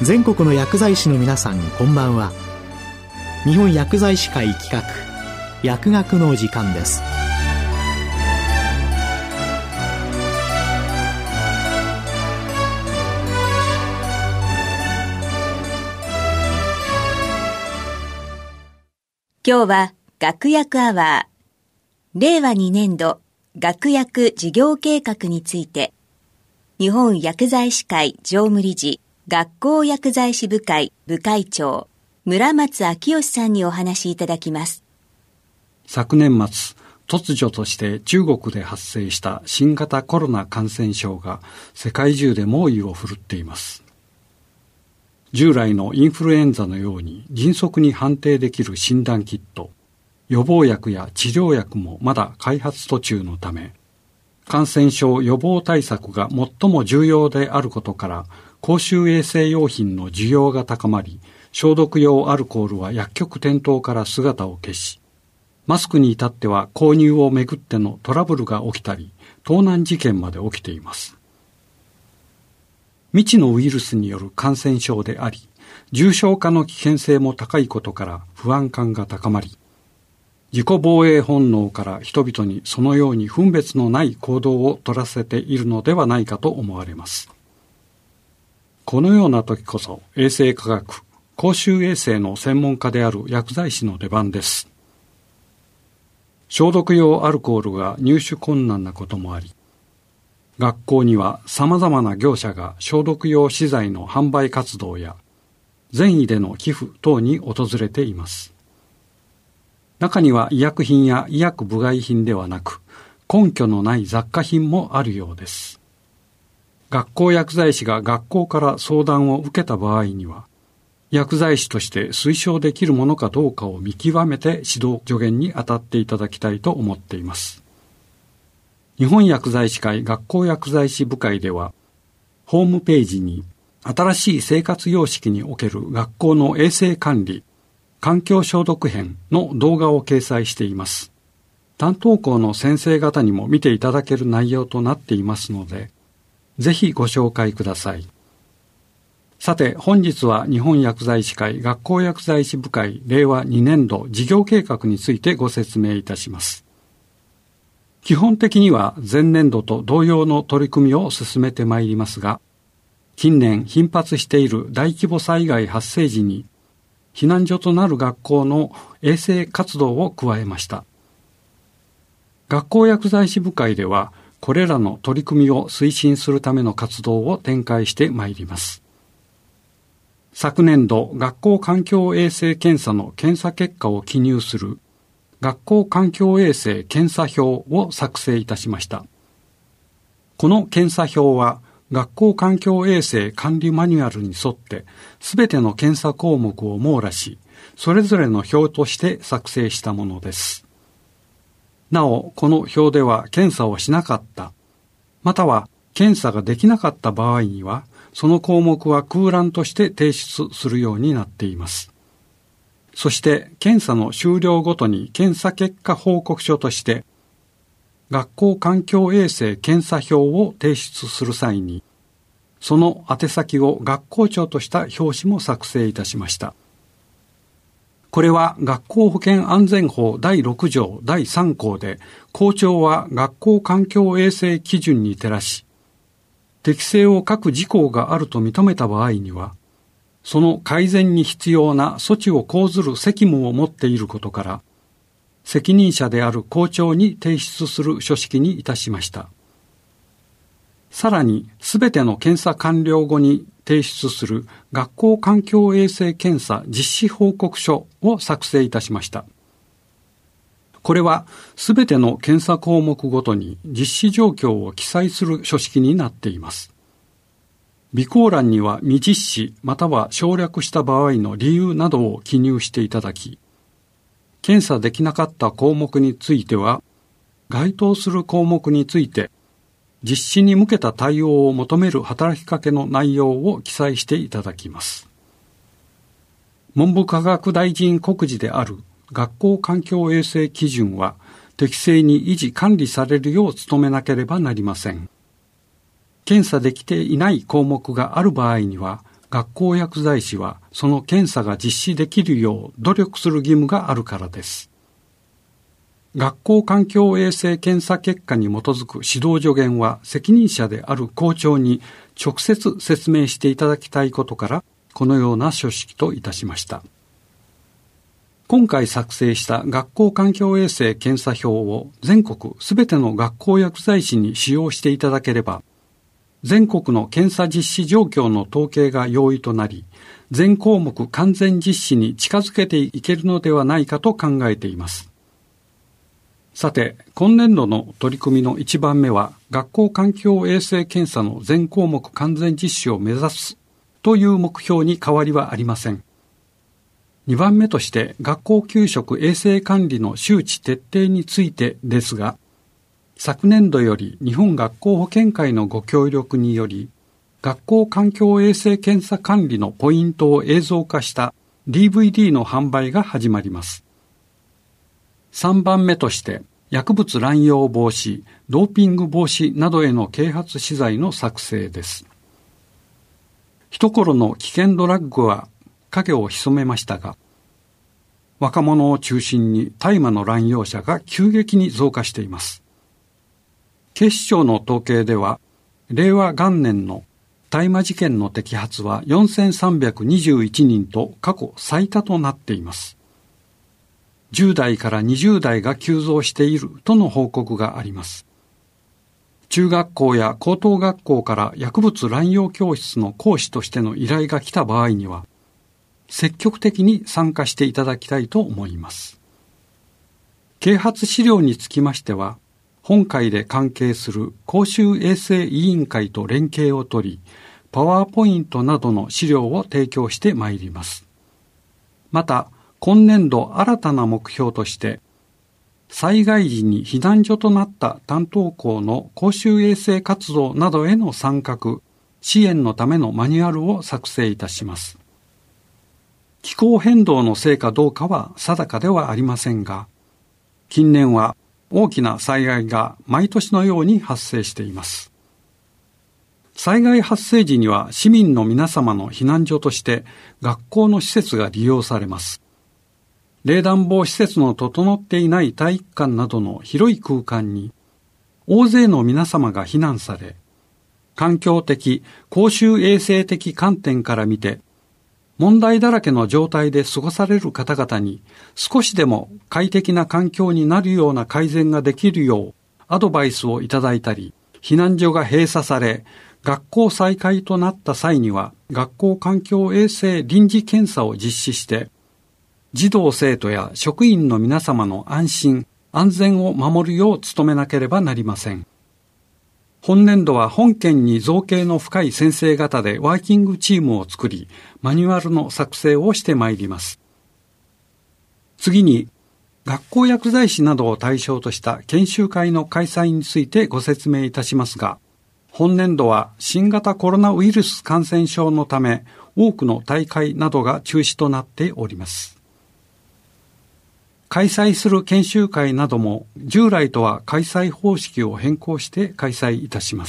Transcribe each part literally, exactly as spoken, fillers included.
全国の薬剤師の皆さん、こんばんは。日本薬剤師会企画、薬学の時間です。 今日は学薬アワー、令和にねん度学薬事業計画について、日本薬剤師会常務理事、学校薬剤師部会部会長、村松昭義さんにお話しいただきます。 昨年末、突如として中国で発生した新型コロナ感染症が世界中で猛威を振るっています。従来のインフルエンザのように迅速に判定できる診断キット、予防薬や治療薬もまだ開発途中のため、感染症予防対策が最も重要であることから、公衆衛生用品の需要が高まり、消毒用アルコールは薬局店頭から姿を消し、マスクに至っては購入をめぐってのトラブルが起きたり、盗難事件まで起きています。未知のウイルスによる感染症であり、重症化の危険性も高いことから不安感が高まり、自己防衛本能から人々にそのように分別のない行動を取らせているのではないかと思われます。このような時こそ衛生科学、公衆衛生の専門家である薬剤師の出番です。消毒用アルコールが入手困難なこともあり、学校には様々な業者が消毒用資材の販売活動や善意での寄付等に訪れています。中には医薬品や医薬部外品ではなく、根拠のない雑貨品もあるようです。学校薬剤師が学校から相談を受けた場合には、薬剤師として推奨できるものかどうかを見極めて指導助言に当たっていただきたいと思っています。日本薬剤師会学校薬剤師部会では、ホームページに新しい生活様式における学校の衛生管理、環境消毒編の動画を掲載しています。担当校の先生方にも見ていただける内容となっていますので、ぜひご紹介ください。さて、本日は日本薬剤師会学校薬剤師部会令和にねん度事業計画についてご説明いたします。基本的には前年度と同様の取り組みを進めてまいりますが、近年頻発している大規模災害発生時に避難所となる学校の衛生活動を加えました。学校薬剤師部会では、これらの取り組みを推進するための活動を展開してまいります。昨年度、学校環境衛生検査の検査結果を記入する学校環境衛生検査表を作成いたしました。この検査表は、学校環境衛生管理マニュアルに沿って、すべての検査項目を網羅し、それぞれの表として作成したものです。なお、この表では検査をしなかった、または検査ができなかった場合には、その項目は空欄として提出するようになっています。そして、検査の終了ごとに検査結果報告書として、学校環境衛生検査表を提出する際に、その宛先を学校長とした表紙も作成いたしました。これは学校保健安全法だいろく条だいさん項で、校長は学校環境衛生基準に照らし、適正を欠く事項があると認めた場合には、その改善に必要な措置を講ずる責務を持っていることから、責任者である校長に提出する書式にいたしました。さらに、すべての検査完了後に提出する学校環境衛生検査実施報告書を作成いたしました。これは、すべての検査項目ごとに実施状況を記載する書式になっています。備考欄には未実施または省略した場合の理由などを記入していただき、検査できなかった項目については、該当する項目について、実施に向けた対応を求める働きかけの内容を記載していただきます。文部科学大臣告示である学校環境衛生基準は、適正に維持管理されるよう努めなければなりません。検査できていない項目がある場合には、 学校薬剤師はその検査が実施できるよう努力する義務があるからです。学校環境衛生検査結果に基づく指導助言は責任者である校長に直接説明していただきたいことから、このような書式といたしました。今回作成した学校環境衛生検査表を全国すべての学校薬剤師に使用していただければ、全国の検査実施状況の統計が容易となり、全項目完全実施に近づけていけるのではないかと考えています。さて、今年度の取り組みのいちばんめは、学校環境衛生検査の全項目完全実施を目指すという目標に変わりはありません。にばんめとして、学校給食衛生管理の周知徹底についてですが、昨年度より日本学校保健会のご協力により、学校環境衛生検査管理のポイントを映像化した ディーブイディー の販売が始まります。さんばんめとして、薬物乱用防止、ドーピング防止などへの啓発資材の作成です。一頃の危険ドラッグは影を潜めましたが、若者を中心に大麻の乱用者が急激に増加しています。警視庁の統計では、令和元年の大麻事件の摘発はよんせんさんびゃくにじゅういちにんと過去最多となっています。じゅう代からにじゅう代が急増しているとの報告があります。中学校や高等学校から薬物乱用教室の講師としての依頼が来た場合には、積極的に参加していただきたいと思います。啓発資料につきましては、本会で関係する公衆衛生委員会と連携を取り、パワーポイントなどの資料を提供してまいります。また、今年度新たな目標として、災害時に避難所となった担当校の公衆衛生活動などへの参画、支援のためのマニュアルを作成いたします。気候変動のせいかどうかは定かではありませんが、近年は大きな災害が毎年のように発生しています。災害発生時には市民の皆様の避難所として学校の施設が利用されます。冷暖房施設の整っていない体育館などの広い空間に大勢の皆様が避難され、環境的、公衆衛生的観点から見て、問題だらけの状態で過ごされる方々に少しでも快適な環境になるような改善ができるようアドバイスをいただいたり、避難所が閉鎖され、学校再開となった際には学校環境衛生臨時検査を実施して、児童生徒や職員の皆様の安心、安全を守るよう努めなければなりません。本年度は本県に造詣の深い先生方でワーキングチームを作り、マニュアルの作成をしてまいります。次に、学校薬剤師などを対象とした研修会の開催についてご説明いたしますが、本年度は新型コロナウイルス感染症のため、多くの大会などが中止となっております。開催する研修会なども従来とは開催方式を変更して開催いたします。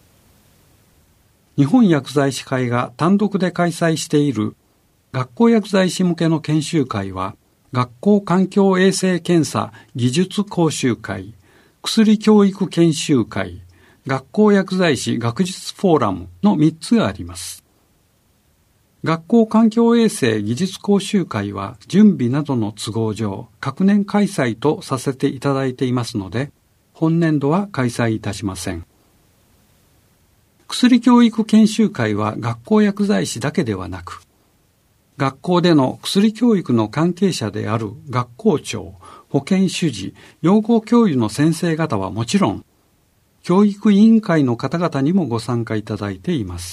日本薬剤師会が単独で開催している学校薬剤師向けの研修会は、学校環境衛生検査技術講習会、薬教育研修会、学校薬剤師学術フォーラムのみっつがあります。学校環境衛生技術講習会は準備などの都合上、各年開催とさせていただいていますので、本年度は開催いたしません。薬教育研修会は学校薬剤師だけではなく、学校での薬教育の関係者である学校長、保健主事、養護教諭の先生方はもちろん、教育委員会の方々にもご参加いただいています。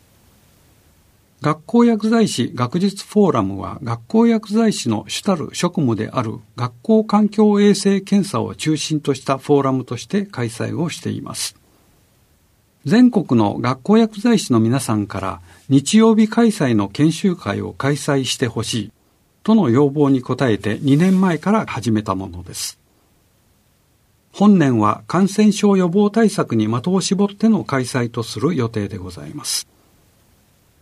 学校薬剤師学術フォーラムは学校薬剤師の主たる職務である学校環境衛生検査を中心としたフォーラムとして開催をしています。全国の学校薬剤師の皆さんから日曜日開催の研修会を開催してほしいとの要望に応えてにねんまえから始めたものです。本年は感染症予防対策に的を絞っての開催とする予定でございます。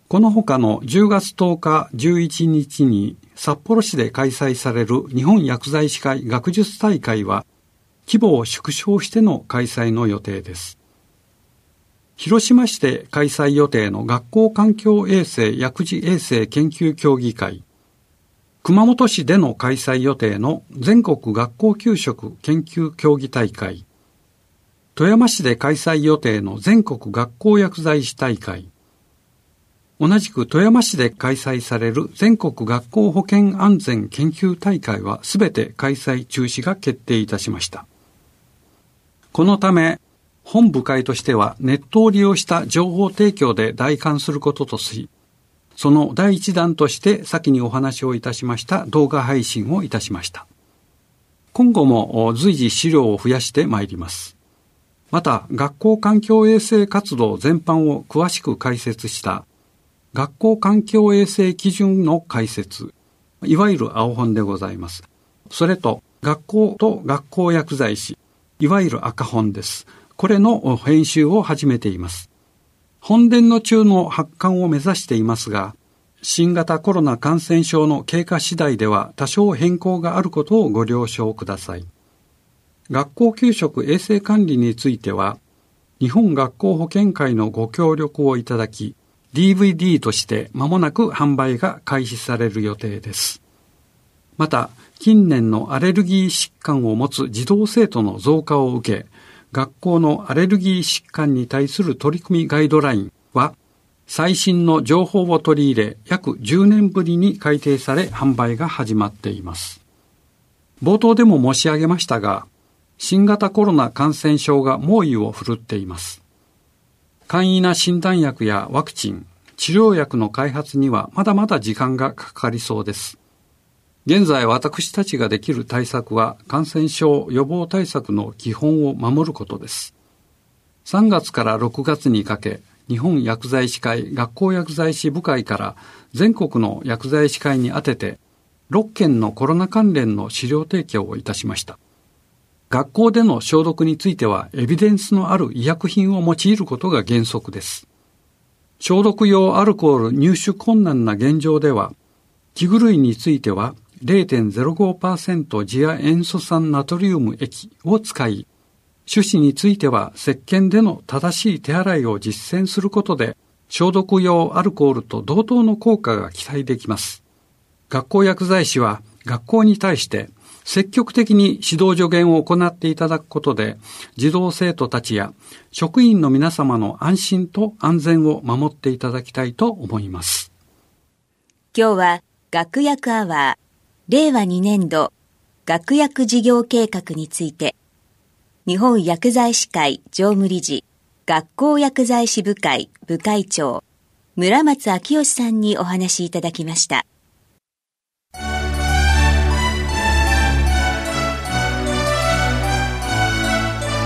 この他のじゅうがつとおか、じゅういちにちに札幌市で開催される日本薬剤師会学術大会は規模を縮小しての開催の予定です。広島市で開催予定の学校環境衛生薬事衛生研究協議会、熊本市での開催予定の全国学校給食研究協議大会、富山市で開催予定の全国学校薬剤師大会、同じく富山市で開催される全国学校保健安全研究大会はすべて開催中止が決定いたしました。このため、本部会としてはネットを利用した情報提供で代管することとし、その第一弾として先にお話をいたしました動画配信をいたしました。今後も随時資料を増やしてまいります。また、学校環境衛生活動全般を詳しく解説した学校環境衛生基準の解説、いわゆる青本でございます。それと、学校と学校薬剤師、いわゆる赤本です。これの編集を始めています。本年の中の発刊を目指していますが、新型コロナ感染症の経過次第では多少変更があることをご了承ください。学校給食衛生管理については、日本学校保健会のご協力をいただき、ディーブイディー として間もなく販売が開始される予定です。また、近年のアレルギー疾患を持つ児童生徒の増加を受け、学校のアレルギー疾患に対する取り組みガイドラインは、最新の情報を取り入れ、約じゅうねんぶりに改定され販売が始まっています。冒頭でも申し上げましたが、新型コロナ感染症が猛威を振るっています。簡易な診断薬やワクチン、治療薬の開発にはまだまだ時間がかかりそうです。現在私たちができる対策は感染症予防対策の基本を守ることです。さんがつからろくがつにかけ、日本薬剤師会学校薬剤師部会から全国の薬剤師会に宛ててろっけんのコロナ関連の資料提供をいたしました。学校での消毒についてはエビデンスのある医薬品を用いることが原則です。消毒用アルコール入手困難な現状では、器具類については ゼロてんゼロごパーセント 次亜塩素酸ナトリウム液を使い、手指については石鹸での正しい手洗いを実践することで、消毒用アルコールと同等の効果が期待できます。学校薬剤師は学校に対して積極的に指導助言を行っていただくことで、児童生徒たちや職員の皆様の安心と安全を守っていただきたいと思います。 今日は学薬アワーれいわにねんど学薬事業計画について、日本薬剤師会常務理事、学校薬剤師部会部会長、村松昭義さんにお話しいただきました。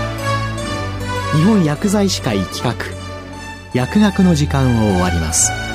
日本薬剤師会企画、薬学の時間を終わります。